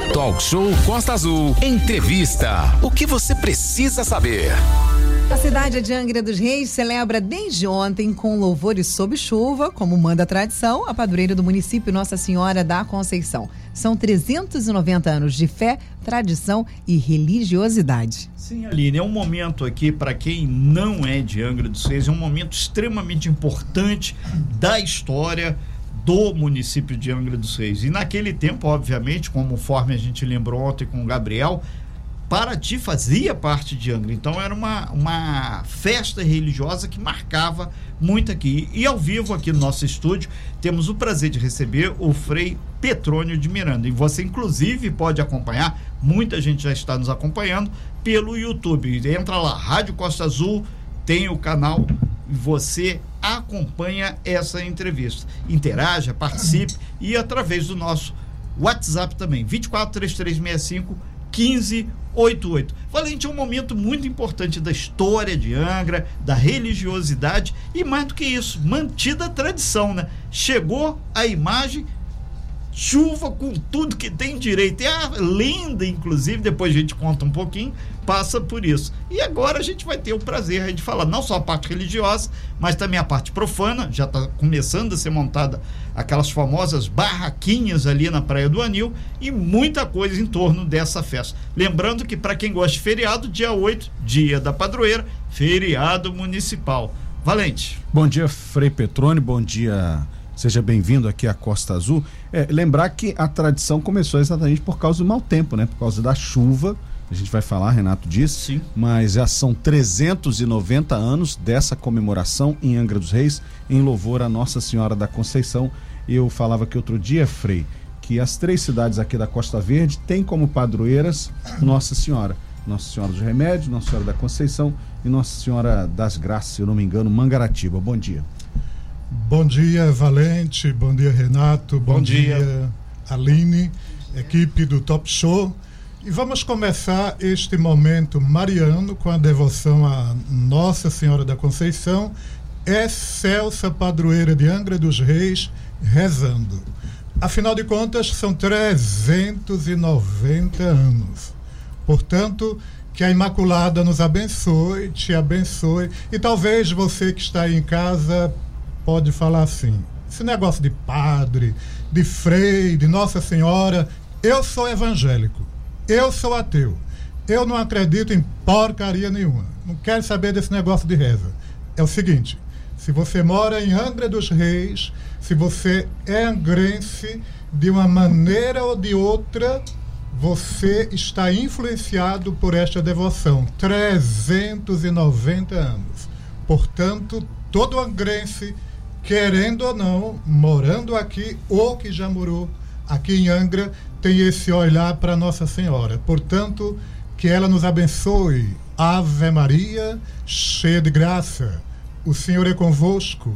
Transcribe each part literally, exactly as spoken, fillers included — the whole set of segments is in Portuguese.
Talk Show Costa Azul. Entrevista. O que você precisa saber? A cidade de Angra dos Reis celebra desde ontem com louvores sob chuva, como manda a tradição, a padroeira do município Nossa Senhora da Conceição. São trezentos e noventa anos de fé, tradição e religiosidade. Sim, Aline, é um momento aqui, para quem não é de Angra dos Reis, é um momento extremamente importante da história do município de Angra dos Reis. E naquele tempo, obviamente, conforme a gente lembrou ontem com o Gabriel, Paraty fazia parte de Angra, então era uma, uma festa religiosa que marcava muito aqui. E ao vivo aqui no nosso estúdio temos o prazer de receber o Frei Petrônio de Miranda, e você inclusive pode acompanhar, muita gente já está nos acompanhando pelo YouTube, entra lá, Rádio Costa Azul, tem o canal e você acompanha essa entrevista, interaja, participe e através do nosso WhatsApp também, vinte e quatro, trinta e três sessenta e cinco, quinze oitenta e oito. Valente, é um momento muito importante da história de Angra, da religiosidade e mais do que isso, mantida a tradição, né? Chegou a imagem, chuva com tudo que tem direito, e a lenda, inclusive, depois a gente conta um pouquinho, passa por isso. E agora a gente vai ter o prazer de falar não só a parte religiosa, mas também a parte profana. Já está começando a ser montada aquelas famosas barraquinhas ali na Praia do Anil e muita coisa em torno dessa festa. Lembrando que para quem gosta de feriado, dia oito, dia da padroeira, feriado municipal. Valente. Bom dia, Frei Petrônio, bom dia, seja bem-vindo aqui à Costa Azul. É, lembrar que a tradição começou exatamente por causa do mau tempo, né? Por causa da chuva. A gente vai falar, Renato disse, Sim. Mas já são trezentos e noventa anos dessa comemoração em Angra dos Reis, em louvor a Nossa Senhora da Conceição. Eu falava que outro dia, Frei, que as três cidades aqui da Costa Verde têm como padroeiras Nossa Senhora. Nossa Senhora dos Remédios, Nossa Senhora da Conceição e Nossa Senhora das Graças, se eu não me engano, Mangaratiba. Bom dia. Bom dia, Valente, bom dia, Renato, bom, bom dia. dia, Aline, equipe do Top Show. E vamos começar este momento mariano com a devoção a Nossa Senhora da Conceição, excelsa padroeira de Angra dos Reis, rezando. Afinal de contas, são trezentos e noventa anos. Portanto, que a Imaculada nos abençoe, te abençoe. E talvez você que está aí em casa pode falar assim, esse negócio de padre, de frei, de Nossa Senhora, eu sou evangélico, eu sou ateu, eu não acredito em porcaria nenhuma, não quero saber desse negócio de reza. É o seguinte, se você mora em Angra dos Reis, se você é angrense, de uma maneira ou de outra, você está influenciado por esta devoção. trezentos e noventa anos. Portanto, todo angrense, querendo ou não, morando aqui ou que já morou aqui em Angra, tem esse olhar para Nossa Senhora. Portanto, que ela nos abençoe. Ave Maria, cheia de graça, o Senhor é convosco.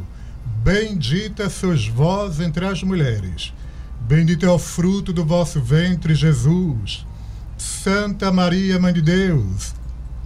Bendita sois vós entre as mulheres. Bendito é o fruto do vosso ventre, Jesus. Santa Maria, Mãe de Deus,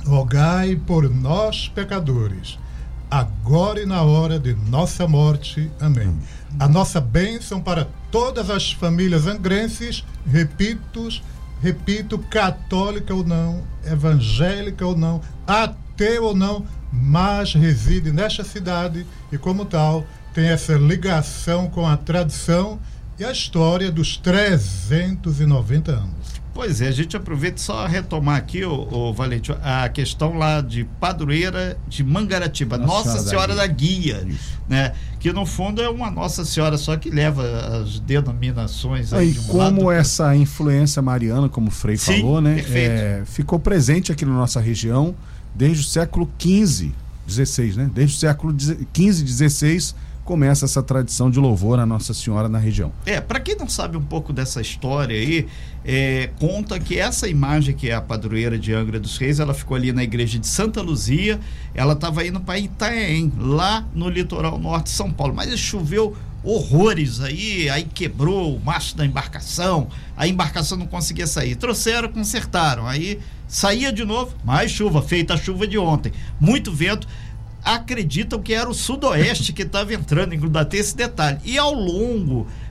rogai por nós, pecadores, agora e na hora de nossa morte. Amém. A nossa bênção para todas as famílias angrenses, repito, repito, católica ou não, evangélica ou não, ateu ou não, mas reside nesta cidade e, como tal, tem essa ligação com a tradição e a história dos trezentos e noventa anos. Pois é, a gente aproveita só a retomar aqui, o, o Valente, a questão lá de padroeira de Mangaratiba, Nossa, Nossa Senhora da Guia, da Guia né? Que no fundo é uma Nossa Senhora só que leva as denominações aí, aí de um como lado. Essa influência mariana, como o Frei Sim, falou, né? É, ficou presente aqui na nossa região desde o século quinze, dezesseis, né? Desde o século quinze, dezesseis começa essa tradição de louvor a Nossa Senhora na região. É, para quem não sabe um pouco dessa história aí, é, conta que essa imagem que é a padroeira de Angra dos Reis, ela ficou ali na igreja de Santa Luzia, ela estava indo para Itanhaém, lá no litoral norte de São Paulo, mas choveu horrores aí, aí quebrou o mastro da embarcação, a embarcação não conseguia sair, trouxeram, consertaram, aí saía de novo, mais chuva, feita a chuva de ontem, muito vento. Acreditam que era o sudoeste que estava entrando, inclusive tem esse detalhe. E ao longo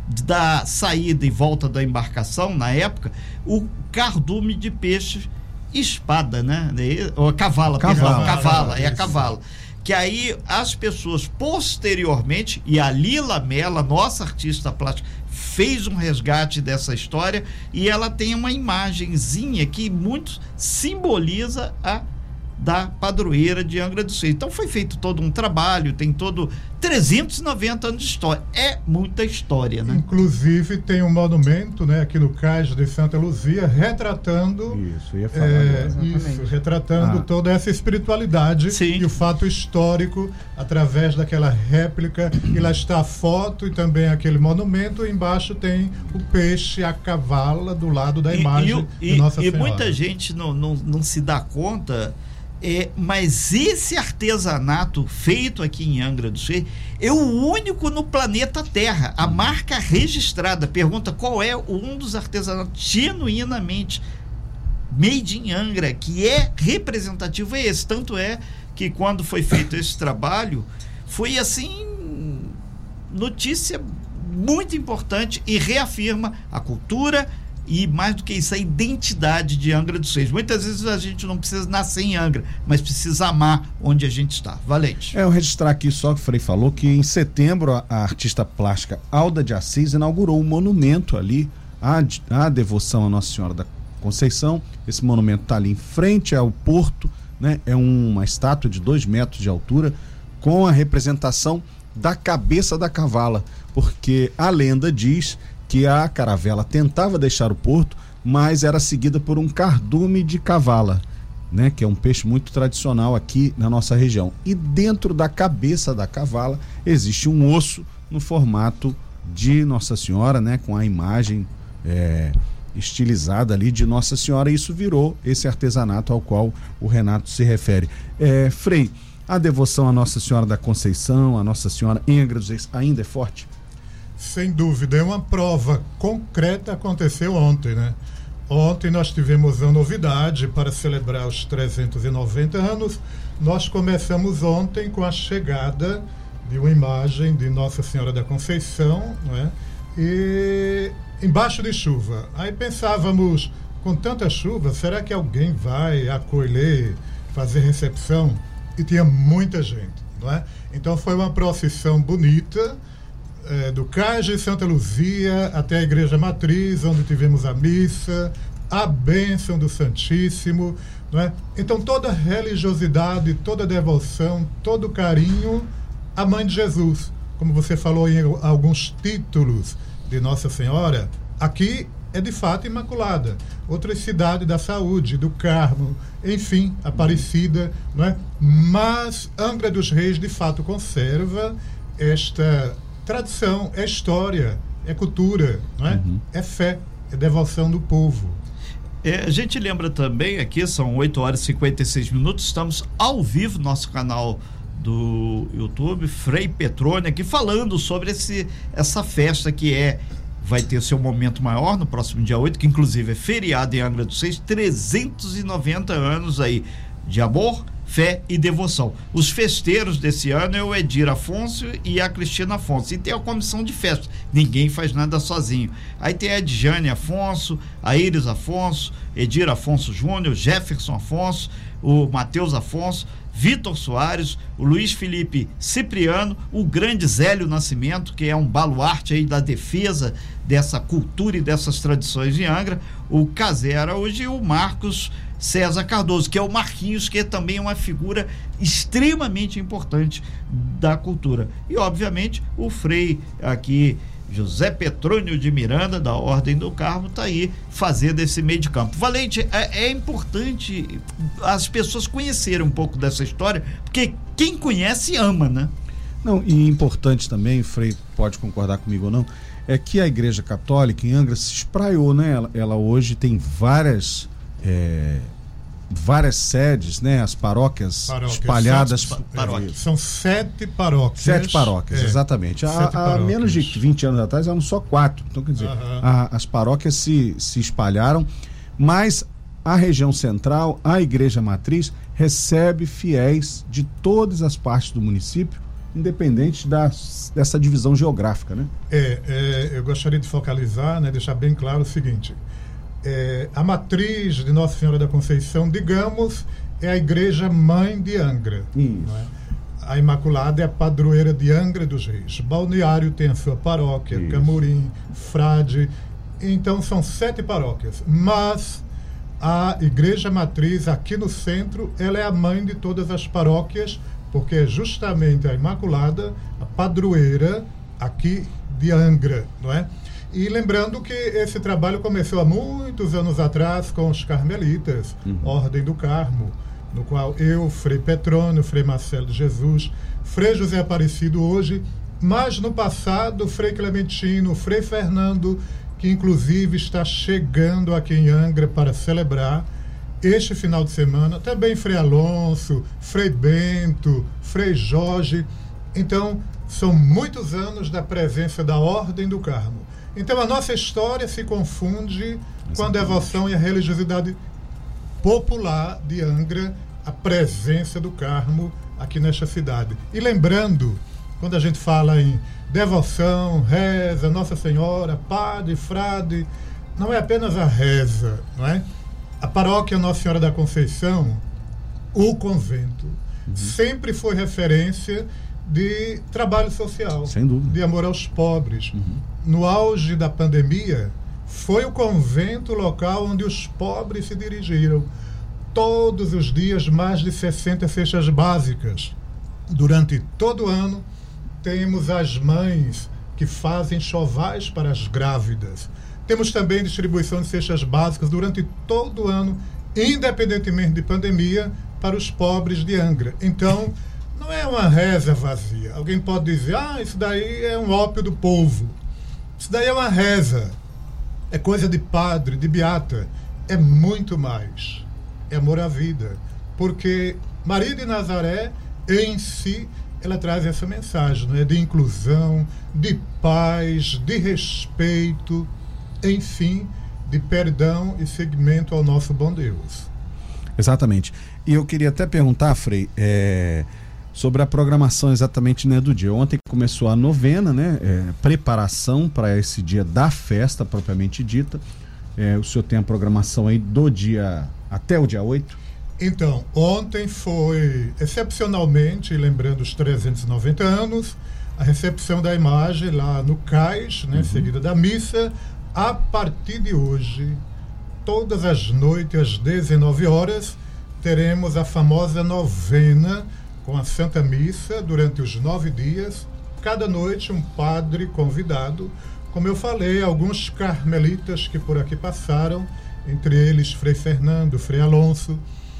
da saída e volta da embarcação, na época, o cardume de peixe espada, né? Ou cavala, Cavala, perdão, cavala, é a isso. cavala. Que aí as pessoas posteriormente, e a Lila Mela, nossa artista plástica, fez um resgate dessa história, e ela tem uma imagenzinha que muito simboliza a da padroeira de Angra dos Reis. Então foi feito todo um trabalho, tem todo trezentos e noventa anos de história. É muita história, né? Inclusive tem um monumento, né, aqui no Cais de Santa Luzia, retratando Isso, eu ia falar é, agora. isso, retratando Ah. toda essa espiritualidade Sim. e o fato histórico através daquela réplica. E lá está a foto e também aquele monumento. E embaixo tem o peixe, a cavala do lado da E- imagem e, de Nossa e Senhora. muita gente não, não, não se dá conta, é, mas esse artesanato feito aqui em Angra dos Reis é o único no planeta Terra, a marca registrada. Pergunta qual é um dos artesanatos genuinamente made in Angra, que é representativo, é esse. Tanto é que quando foi feito esse trabalho, foi assim, notícia muito importante e reafirma a cultura e, mais do que isso, a identidade de Angra dos Reis. Muitas vezes a gente não precisa nascer em Angra, mas precisa amar onde a gente está. Valente. É, eu registrar aqui só que o Frei falou que em setembro a, a artista plástica Alda de Assis inaugurou um monumento ali à, à devoção à Nossa Senhora da Conceição. Esse monumento está ali em frente ao porto, né? É uma estátua de dois metros de altura com a representação da cabeça da cavala, porque a lenda diz que a caravela tentava deixar o porto, mas era seguida por um cardume de cavala, né, que é um peixe muito tradicional aqui na nossa região. E dentro da cabeça da cavala existe um osso no formato de Nossa Senhora, né, com a imagem é, estilizada ali de Nossa Senhora, e isso virou esse artesanato ao qual o Renato se refere. É, Frei, a devoção à Nossa Senhora da Conceição, a Nossa Senhora em Angra dos Reis ainda é forte? Sem dúvida, é uma prova concreta. Aconteceu ontem, né? Ontem nós tivemos a novidade para celebrar os trezentos e noventa anos. Nós começamos ontem com a chegada de uma imagem de Nossa Senhora da Conceição, né? E embaixo de chuva. Aí pensávamos, com tanta chuva, será que alguém vai acolher, fazer recepção? E tinha muita gente, não é? Então foi uma procissão bonita, É, do Cais de Santa Luzia até a Igreja Matriz, onde tivemos a missa, a bênção do Santíssimo, não é? Então toda a religiosidade, toda a devoção, todo o carinho à Mãe de Jesus. Como você falou em alguns títulos de Nossa Senhora, aqui é de fato Imaculada. Outras cidades da Saúde, do Carmo, enfim, Aparecida, não é? Mas Angra dos Reis de fato conserva esta tradição, é história, é cultura, não é? Uhum. É fé, é devoção do povo. É, a gente lembra também, aqui são oito horas e cinquenta e seis minutos, estamos ao vivo no nosso canal do YouTube, Frei Petrone, aqui falando sobre esse, essa festa que é, vai ter seu momento maior no próximo dia oito, que inclusive é feriado em Angra dos Reis, trezentos e noventa anos aí de amor, fé e devoção. Os festeiros desse ano é o Edir Afonso e a Cristina Afonso, e tem a comissão de festa, ninguém faz nada sozinho. Aí tem a Edjane Afonso, a Iris Afonso, Edir Afonso Júnior, Jefferson Afonso, o Matheus Afonso, Vitor Soares, o Luiz Felipe Cipriano, o grande Zélio Nascimento, que é um baluarte aí da defesa dessa cultura e dessas tradições de Angra, o Casé Araújo e o Marcos César Cardoso, que é o Marquinhos, que é também uma figura extremamente importante da cultura. E, obviamente, o Frei aqui, José Petrônio de Miranda, da Ordem do Carmo, está aí fazendo esse meio de campo. Valente, é, é importante as pessoas conhecerem um pouco dessa história, porque quem conhece ama, né? Não, e importante também, Frei pode concordar comigo ou não, é que a Igreja Católica em Angra se espraiou, né? Ela, ela hoje tem várias é, várias sedes, né? As paróquias, Paróquias. espalhadas. São, paróquias. é, são sete paróquias. Sete paróquias, é, exatamente. Há, sete há paróquias. menos de vinte anos atrás eram só quatro. Então, quer dizer, Aham. a- as paróquias se, se espalharam, mas a região central, a Igreja Matriz, recebe fiéis de todas as partes do município independente das, dessa divisão geográfica, né? É, é, eu gostaria de focalizar, né, deixar bem claro o seguinte. É, a matriz de Nossa Senhora da Conceição, digamos, é a Igreja Mãe de Angra. Isso. Não é? A Imaculada é a padroeira de Angra dos Reis. Balneário tem a sua paróquia, Isso. Camorim, Frade. Então são sete paróquias. Mas a Igreja Matriz aqui no centro, ela é a mãe de todas as paróquias, porque é justamente a Imaculada, a padroeira aqui de Angra, não é? E lembrando que esse trabalho começou há muitos anos atrás com os carmelitas, uhum. Ordem do Carmo, no qual eu, Frei Petrônio, Frei Marcelo de Jesus, Frei José Aparecido hoje, mas no passado, Frei Clementino, Frei Fernando, que inclusive está chegando aqui em Angra para celebrar este final de semana, também Frei Alonso, Frei Bento, Frei Jorge. Então, são muitos anos da presença da Ordem do Carmo. Então, a nossa história se confunde Exatamente. Com a devoção e a religiosidade popular de Angra, a presença do Carmo aqui nesta cidade. E lembrando, quando a gente fala em devoção, reza, Nossa Senhora, padre, frade, não é apenas a reza, não é? A paróquia Nossa Senhora da Conceição, o convento, uhum. sempre foi referência de trabalho social, sem dúvida, de amor aos pobres. Uhum. No auge da pandemia, foi o convento local onde os pobres se dirigiram. Todos os dias, mais de sessenta cestas básicas. Durante todo o ano, temos as mães que fazem chovais para as grávidas. Temos também distribuição de cestas básicas durante todo o ano, independentemente de pandemia, para os pobres de Angra. Então, não é uma reza vazia. Alguém pode dizer, ah, isso daí é um ópio do povo. Isso daí é uma reza. É coisa de padre, de beata. É muito mais. É amor à vida. Porque Maria de Nazaré, em si, ela traz essa mensagem, não é? De inclusão, de paz, de respeito, enfim, de perdão e seguimento ao nosso bom Deus. Exatamente. E eu queria até perguntar, Frei, é, sobre a programação exatamente, né, do dia. Ontem começou a novena, né? É, preparação para esse dia da festa propriamente dita. É, o senhor tem a programação aí do dia até o dia oito? Então, ontem foi, excepcionalmente, lembrando os trezentos e noventa anos, a recepção da imagem lá no cais, né, uhum. seguida da missa. A partir de hoje, todas as noites, às dezenove horas, teremos a famosa novena com a Santa Missa durante os nove dias. Cada noite, um padre convidado. Como eu falei, alguns carmelitas que por aqui passaram, entre eles Frei Fernando, Frei Alonso.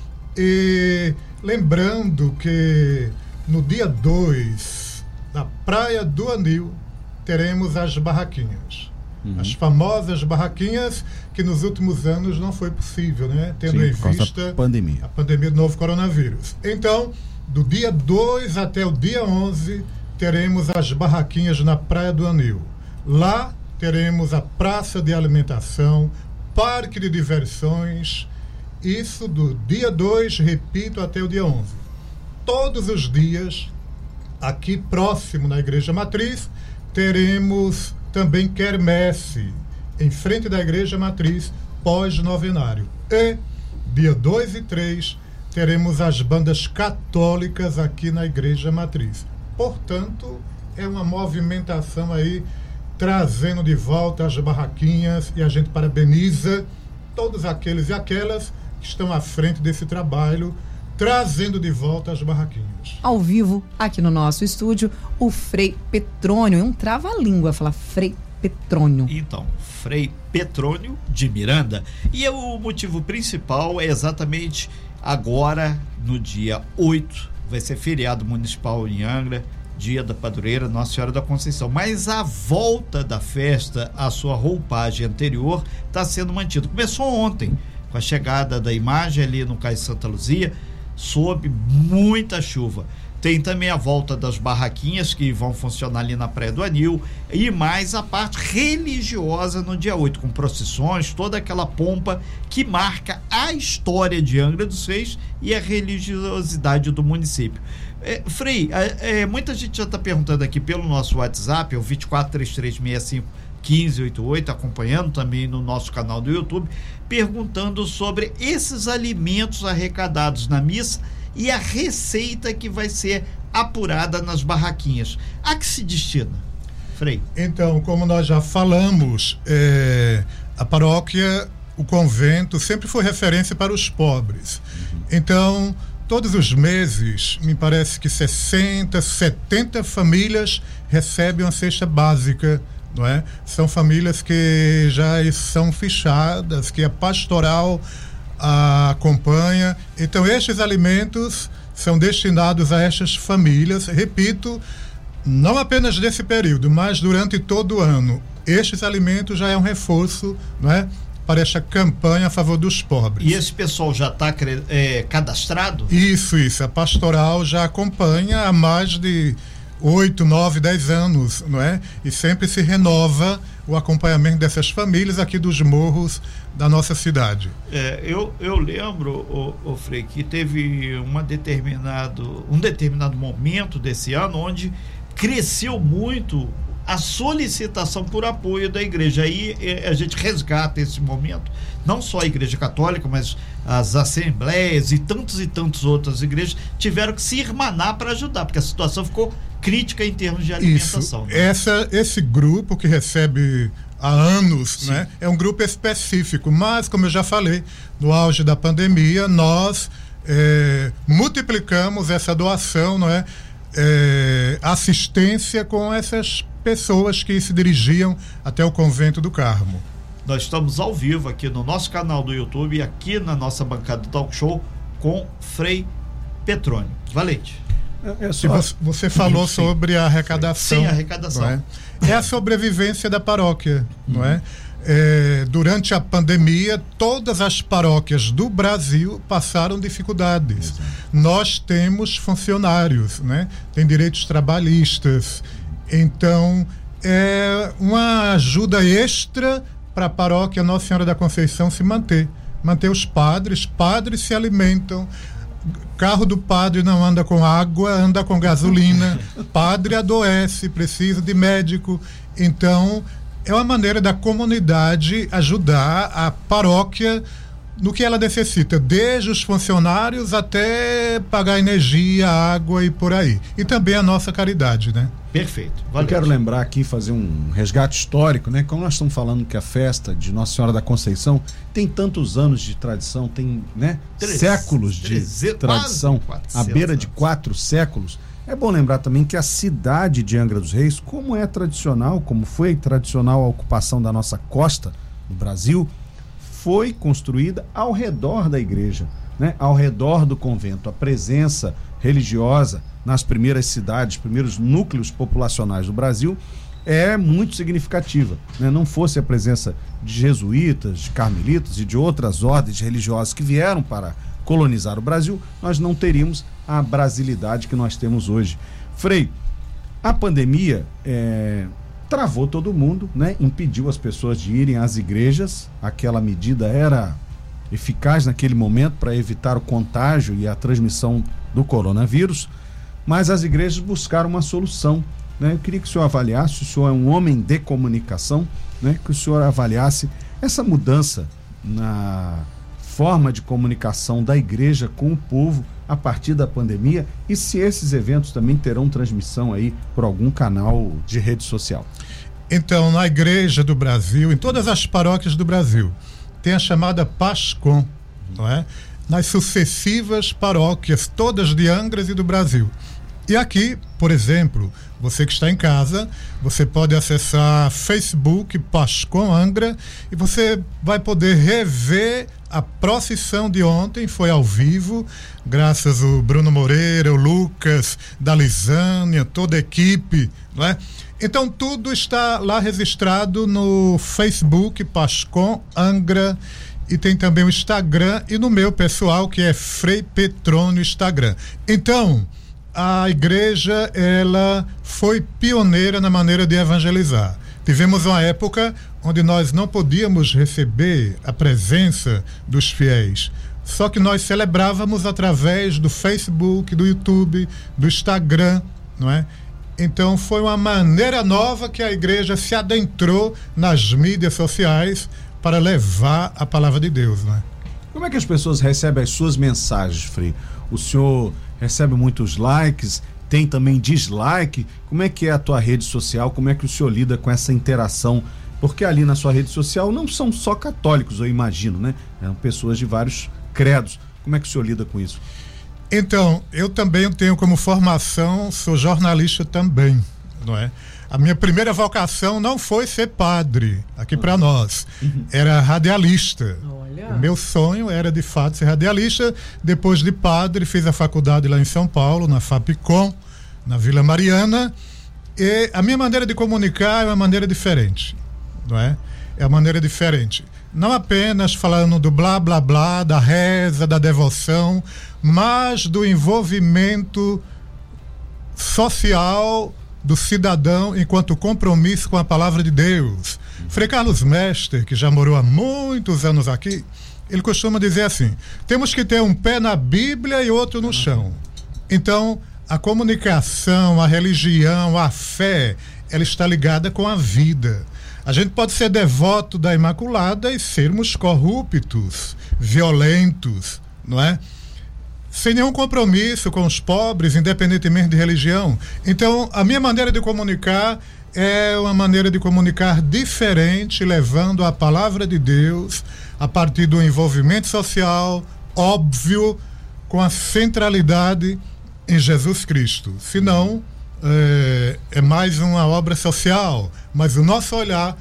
E lembrando que no dia dois, na Praia do Anil, teremos as barraquinhas. Uhum. As famosas barraquinhas que nos últimos anos não foi possível, né? Tendo Sim, em por vista a pandemia. a pandemia do novo coronavírus. Então, do dia dois até o dia onze, teremos as barraquinhas na Praia do Anil. Lá teremos a praça de alimentação, parque de diversões. Isso do dia dois, repito, até o dia onze. Todos os dias, aqui próximo na Igreja Matriz, teremos também quermesse, em frente da Igreja Matriz, pós-novenário. E, dia dois e três, teremos as bandas católicas aqui na Igreja Matriz. Portanto, é uma movimentação aí, trazendo de volta as barraquinhas, e a gente parabeniza todos aqueles e aquelas que estão à frente desse trabalho, trazendo de volta as barraquinhas. Ao vivo, aqui no nosso estúdio, o Frei Petrônio, um trava-língua, falar Frei Petrônio. Então, Frei Petrônio de Miranda. E o motivo principal é exatamente agora, no dia oito, vai ser feriado municipal em Angra, dia da padroeira Nossa Senhora da Conceição. Mas a volta da festa, a sua roupagem anterior, está sendo mantida. Começou ontem, com a chegada da imagem ali no Cais Santa Luzia, sob muita chuva. Tem também a volta das barraquinhas que vão funcionar ali na Praia do Anil, e mais a parte religiosa no dia oito, com procissões, toda aquela pompa que marca a história de Angra dos Reis e a religiosidade do município. É, Frei, é, é, muita gente já está perguntando aqui pelo nosso WhatsApp, é o vinte e quatro, trinta e três sessenta e cinco, quinze oitenta e oito, acompanhando também no nosso canal do YouTube, perguntando sobre esses alimentos arrecadados na missa e a receita que vai ser apurada nas barraquinhas. A que se destina, Frei? Então, como nós já falamos, é, a paróquia, o convento, sempre foi referência para os pobres. Então, todos os meses, me parece que sessenta, setenta famílias recebem uma cesta básica, não é? São famílias que já são fichadas, que a pastoral a acompanha. Então, estes alimentos são destinados a estas famílias, repito, não apenas desse período, mas durante todo o ano. Estes alimentos já é um reforço, não é? Para esta campanha a favor dos pobres. E esse pessoal já está é, cadastrado? Isso, isso. A pastoral já acompanha há mais de oito, nove, dez anos, não é? E sempre se renova o acompanhamento dessas famílias aqui dos morros da nossa cidade. É, eu, eu lembro, o, o Frei, que teve uma determinado, um determinado momento desse ano onde cresceu muito a solicitação por apoio da igreja. Aí a gente resgata esse momento, não só a Igreja Católica, mas as assembleias e tantos e tantas outras igrejas tiveram que se irmanar para ajudar, porque a situação ficou crítica em termos de alimentação. Isso, né? Essa, esse grupo que recebe há anos, né, é um grupo específico, mas como eu já falei, no auge da pandemia, nós é, multiplicamos essa doação, não é? É, assistência com essas pessoas que se dirigiam até o convento do Carmo. Nós estamos ao vivo aqui no nosso canal do YouTube e aqui na nossa bancada do Talk Show com Frei Petrônio. Valente. É, é só... você, você falou Sim. sobre a arrecadação. Sim, a arrecadação. É? é a sobrevivência da paróquia, uhum. não é? É, durante a pandemia, todas as paróquias do Brasil passaram dificuldades. Exato. Nós temos funcionários, né? Tem direitos trabalhistas. Então, é uma ajuda extra para a paróquia Nossa Senhora da Conceição se manter. Manter os padres. Padres se alimentam. Carro do padre não anda com água, anda com gasolina. Padre adoece, precisa de médico. Então, é uma maneira da comunidade ajudar a paróquia no que ela necessita, desde os funcionários até pagar energia, água e por aí. E também a nossa caridade, né? Perfeito. Valeu. Eu quero lembrar aqui, fazer um resgate histórico, né? Como nós estamos falando que a festa de Nossa Senhora da Conceição tem tantos anos de tradição, tem, né? Treze, séculos de treze, tradição, à beira de quatro séculos. É bom lembrar também que a cidade de Angra dos Reis, como é tradicional, como foi tradicional a ocupação da nossa costa do Brasil, foi construída ao redor da igreja, né? Ao redor do convento. A presença religiosa nas primeiras cidades, primeiros núcleos populacionais do Brasil é muito significativa, né? Não fosse a presença de jesuítas, de carmelitas e de outras ordens religiosas que vieram para colonizar o Brasil, nós não teríamos a brasilidade que nós temos hoje. Frei, a pandemia é, travou todo mundo, né? Impediu as pessoas de irem às igrejas. Aquela medida era eficaz naquele momento para evitar o contágio e a transmissão do coronavírus, mas as igrejas buscaram uma solução, né? Eu queria que o senhor avaliasse, o senhor é um homem de comunicação, né? Que o senhor avaliasse essa mudança na forma de comunicação da igreja com o povo a partir da pandemia e se esses eventos também terão transmissão aí por algum canal de rede social. Então, na igreja do Brasil, em todas as paróquias do Brasil, tem a chamada PASCOM, não é? Nas sucessivas paróquias, todas de Angra e do Brasil. E aqui, por exemplo, você que está em casa, você pode acessar Facebook PASCOM Angra e você vai poder rever a procissão de ontem, foi ao vivo, graças ao Bruno Moreira, o Lucas, da Lisânia, toda a equipe, não é? Então tudo está lá registrado no Facebook PASCOM Angra e tem também o Instagram e no meu pessoal que é Frei Petrônio Instagram. Então, a igreja, ela foi pioneira na maneira de evangelizar. Tivemos uma época onde nós não podíamos receber a presença dos fiéis. só que nós celebrávamos através do Facebook, do YouTube, do Instagram, não é? Então foi uma maneira nova que a igreja se adentrou nas mídias sociais para levar a palavra de Deus, não é? Como é que as pessoas recebem as suas mensagens, Frei? O senhor recebe muitos likes, tem também dislike? Como é que é a tua rede social? Como é que o senhor lida com essa interação? Porque ali na sua rede social não são só católicos, eu imagino, né? São pessoas de vários credos. Como é que o senhor lida com isso? Então, eu também tenho como formação, sou jornalista também, não é? A minha primeira vocação não foi ser padre, aqui para nós, era radialista. Olha. O meu sonho era de fato ser radialista. Depois de padre, fiz a faculdade lá em São Paulo, na Fapcom, na Vila Mariana, e a minha maneira de comunicar é uma maneira diferente, não é? É uma maneira diferente. Não apenas falando do blá blá blá, da reza, da devoção, mas do envolvimento social do cidadão enquanto compromisso com a palavra de Deus. Frei Carlos Mester, que já morou há muitos anos aqui, ele costuma dizer assim: temos que ter um pé na Bíblia e outro no chão. Então, a comunicação, a religião, a fé, ela está ligada com a vida. A gente pode ser devoto da Imaculada e sermos corruptos, violentos, não é? Sem nenhum compromisso com os pobres, independentemente de religião. Então, a minha maneira de comunicar é uma maneira de comunicar diferente, levando a palavra de Deus a partir do envolvimento social, óbvio, com a centralidade em Jesus Cristo. Senão, é, é mais uma obra social, mas o nosso olhar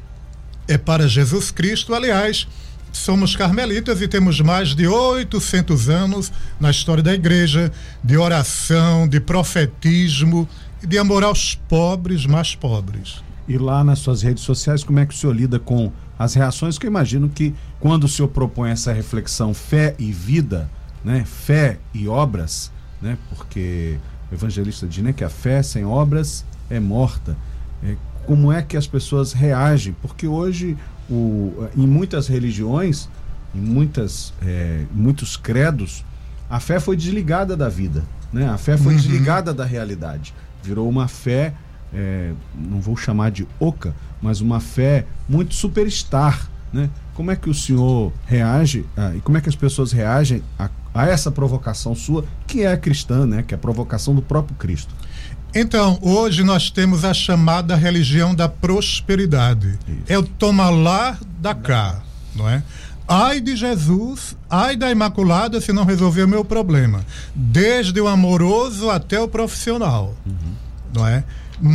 é para Jesus Cristo. Aliás, somos carmelitas e temos mais de oitocentos anos na história da igreja, de oração, de profetismo e de amor aos pobres mais pobres. E lá nas suas redes sociais, como é que o senhor lida com as reações? Que eu imagino que quando o senhor propõe essa reflexão fé e vida, né, fé e obras, né, porque o evangelista diz, né, que a fé sem obras é morta. É, como é que as pessoas reagem? Porque hoje O, em muitas religiões, em muitas, é, muitos credos, a fé foi desligada da vida, né? A fé foi uhum. desligada da realidade. Virou uma fé, é, não vou chamar de oca, mas uma fé muito superstar, né? Como é que o senhor reage ah, e como é que as pessoas reagem a, a essa provocação sua, que é a cristã, né? Que é a provocação do próprio Cristo? Então, hoje nós temos a chamada religião da prosperidade. Isso. É o toma lá, da cá, não é? Ai de Jesus, ai da Imaculada se não resolver o meu problema. Desde o amoroso até o profissional, uhum. não é?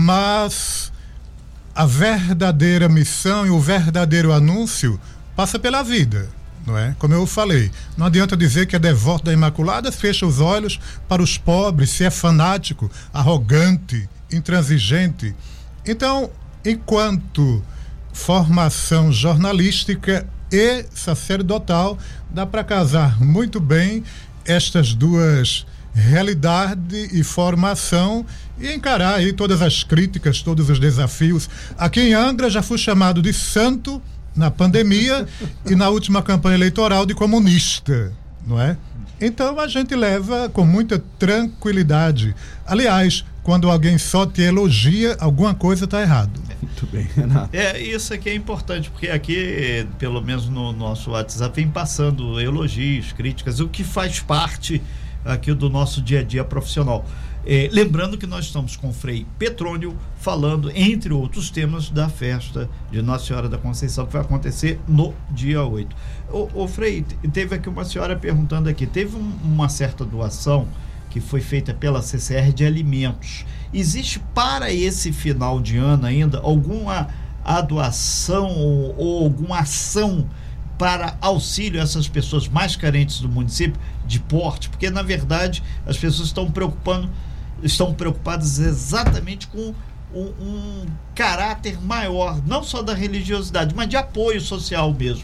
Mas a verdadeira missão e o verdadeiro anúncio passa pela vida. Não é? Como eu falei, não adianta dizer que é devoto da Imaculada, fecha os olhos para os pobres, se é fanático, arrogante, intransigente. Então, enquanto formação jornalística e sacerdotal, dá para casar muito bem estas duas realidade e formação e encarar aí todas as críticas, todos os desafios. Aqui em Angra já fui chamado de santo na pandemia e na última campanha eleitoral de comunista, não é? Então a gente leva com muita tranquilidade. Aliás, quando alguém só te elogia, alguma coisa está errado. Muito bem, Renato. É, isso aqui é importante, porque aqui, pelo menos no nosso WhatsApp, vem passando elogios, críticas, o que faz parte aqui do nosso dia a dia profissional. É, lembrando que nós estamos com o Frei Petrônio falando, entre outros temas, da festa de Nossa Senhora da Conceição, que vai acontecer no dia oito. O, o Frei, teve aqui uma senhora perguntando aqui, teve um, uma certa doação que foi feita pela C C R de alimentos. Existe para esse final de ano ainda alguma doação ou, ou alguma ação para auxílio a essas pessoas mais carentes do município de porte? Porque, na verdade, as pessoas estão preocupando estão preocupadas exatamente com um, um caráter maior, não só da religiosidade, mas de apoio social mesmo.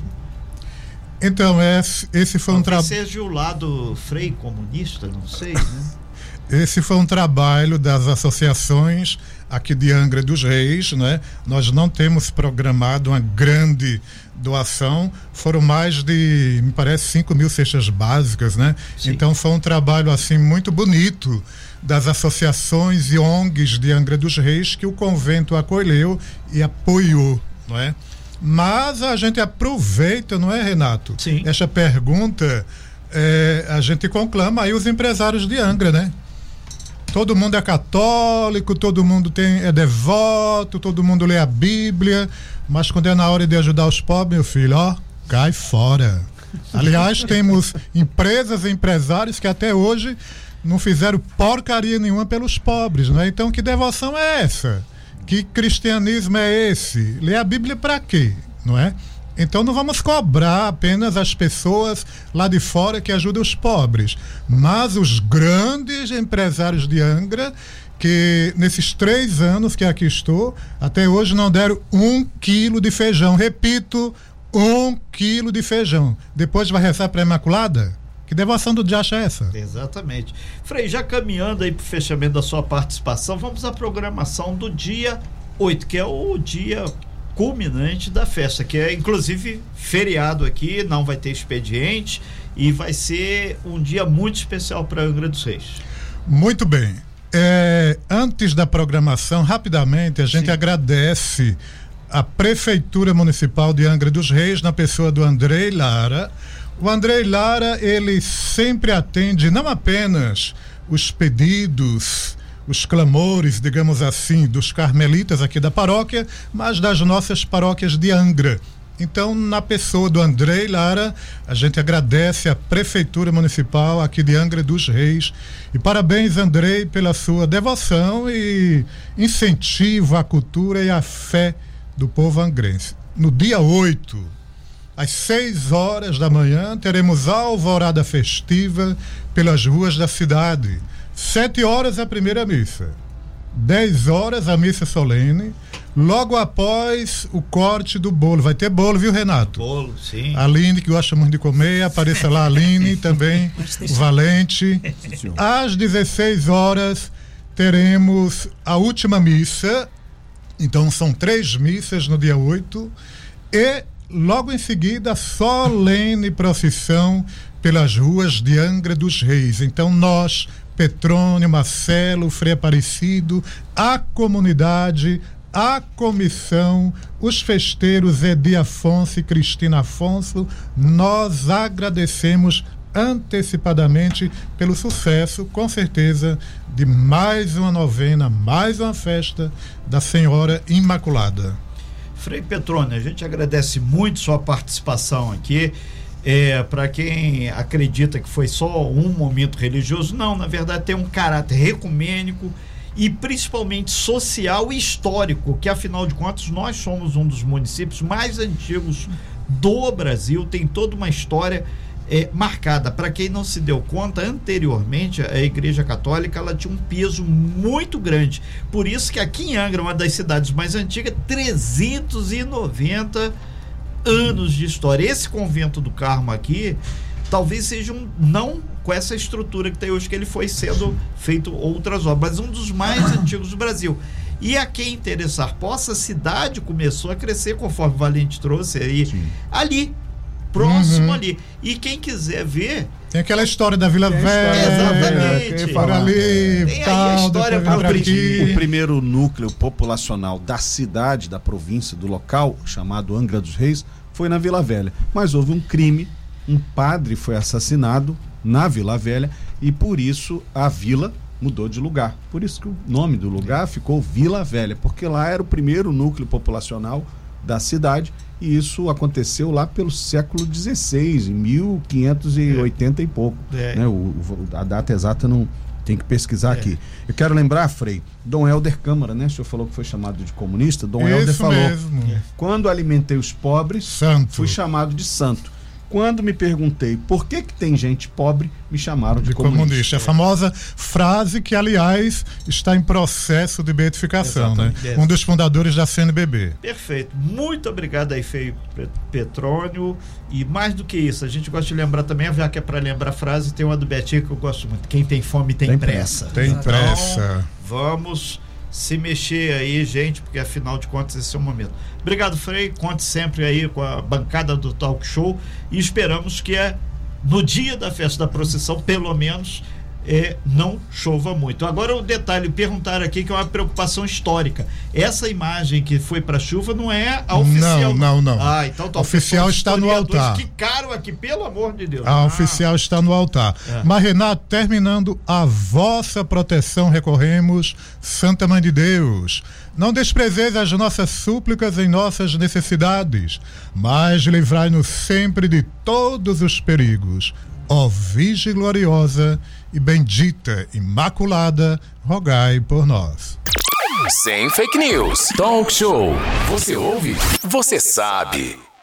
Então, esse, esse foi um trabalho... seja o lado frei comunista, não sei, né? Esse foi um trabalho das associações aqui de Angra dos Reis, né? Nós não temos programado uma grande doação, foram mais de, me parece, cinco mil cestas básicas, né? Sim. Então foi um trabalho assim muito bonito das associações e O N Gs de Angra dos Reis que o convento acolheu e apoiou, não é? Mas a gente aproveita, não é, Renato? Sim. Essa pergunta, é, a gente conclama aí os empresários de Angra, né? Todo mundo é católico, todo mundo tem, é devoto, todo mundo lê a Bíblia, mas quando é na hora de ajudar os pobres, meu filho, ó, cai fora. Aliás, temos empresas e empresários que até hoje não fizeram porcaria nenhuma pelos pobres, né? Então, que devoção é essa? Que cristianismo é esse? Ler a Bíblia para quê? Não é? Então não vamos cobrar apenas as pessoas lá de fora que ajudam os pobres, mas os grandes empresários de Angra, que nesses três anos que aqui estou, até hoje não deram um quilo de feijão. Repito, um quilo de feijão. Depois vai rezar para a Imaculada? Que devoção do diacho é essa? Exatamente. Frei, já caminhando aí para o fechamento da sua participação, vamos à programação do dia oito, que é o dia culminante da festa, que é inclusive feriado aqui, não vai ter expediente e vai ser um dia muito especial para Angra dos Reis. Muito bem. É, antes da programação, rapidamente, a gente Sim. agradece a Prefeitura Municipal de Angra dos Reis, na pessoa do Andrei Lara. O Andrei Lara, ele sempre atende não apenas os pedidos, os clamores, digamos assim, dos carmelitas aqui da paróquia, mas das nossas paróquias de Angra. Então, na pessoa do Andrei Lara, a gente agradece a Prefeitura Municipal aqui de Angra dos Reis. E parabéns, Andrei, pela sua devoção e incentivo à cultura e à fé do povo angrense. No dia oito, às seis horas da manhã, teremos alvorada festiva pelas ruas da cidade. Sete horas a primeira missa, dez horas a missa solene, logo após o corte do bolo. Vai ter bolo, viu, Renato? Bolo, sim. A Aline, que gosta muito de comer, apareça lá, Aline, também, o Valente. Às dezesseis horas teremos a última missa, então são três missas no dia oito, e logo em seguida a solene procissão pelas ruas de Angra dos Reis. Então nós, Petrônio, Marcelo, Frei Aparecido, a comunidade, a comissão, os festeiros Edi Afonso e Cristina Afonso, nós agradecemos antecipadamente pelo sucesso, com certeza, de mais uma novena, mais uma festa da Senhora Imaculada. Frei Petrônio, a gente agradece muito sua participação aqui. É, para quem acredita que foi só um momento religioso, não, na verdade tem um caráter ecumênico e principalmente social e histórico, que afinal de contas nós somos um dos municípios mais antigos do Brasil, tem toda uma história é, marcada. Para quem não se deu conta, anteriormente a Igreja Católica ela tinha um peso muito grande, por isso que aqui em Angra, uma das cidades mais antigas, trezentos e noventa anos de história. Esse convento do Carmo aqui talvez seja um, não com essa estrutura que tem hoje, que ele foi sendo feito outras obras, mas um dos mais antigos do Brasil. E a quem interessar possa, a cidade começou a crescer, conforme o Valente trouxe aí, Sim. ali, próximo uhum. ali. E quem quiser ver, tem aquela história da Vila Velha. Exatamente. Por ali, tem tal, aí a história para aqui. O primeiro núcleo populacional da cidade, da província, do local, chamado Angra dos Reis, foi na Vila Velha. Mas houve um crime, um padre foi assassinado na Vila Velha e por isso a vila mudou de lugar. Por isso que o nome do lugar ficou Vila Velha, porque lá era o primeiro núcleo populacional da cidade. E isso aconteceu lá pelo século dezesseis, em mil quinhentos e oitenta é. e pouco. É. Né? O, o, a data exata não tem que pesquisar é. aqui. Eu quero lembrar, Frei, Dom Helder Câmara, né? O senhor falou que foi chamado de comunista. Dom isso Helder falou: mesmo. quando alimentei os pobres, santo. fui chamado de santo. Quando me perguntei por que, que tem gente pobre, me chamaram de, de comunista. comunista. A famosa frase que, aliás, está em processo de beatificação, né? Um dos fundadores da C N B B. Perfeito. Muito obrigado aí, Feio Petrônio. E mais do que isso, a gente gosta de lembrar também, já que é para lembrar a frase, tem uma do Betinho que eu gosto muito. Quem tem fome tem, tem pressa. Tem então, pressa. Vamos se mexer aí, gente, porque afinal de contas esse é o momento. Obrigado, Frei. Conte sempre aí com a bancada do Talk Show e esperamos que é no dia da festa da procissão, pelo menos, é, não chova muito. Agora o detalhe, perguntar aqui que é uma preocupação histórica. Essa imagem que foi para chuva não é a oficial. Não, não, não. Ah, então tá. A oficial está no altar. Que caro aqui, pelo amor de Deus. A ah. oficial está no altar. É. Mas, Renato, terminando, a vossa proteção recorremos, Santa Mãe de Deus. Não desprezeis as nossas súplicas em nossas necessidades, mas livrai-nos sempre de todos os perigos. Ó Virgem gloriosa e bendita, imaculada, rogai por nós. Sem fake news. Talk Show. Você ouve? Você sabe.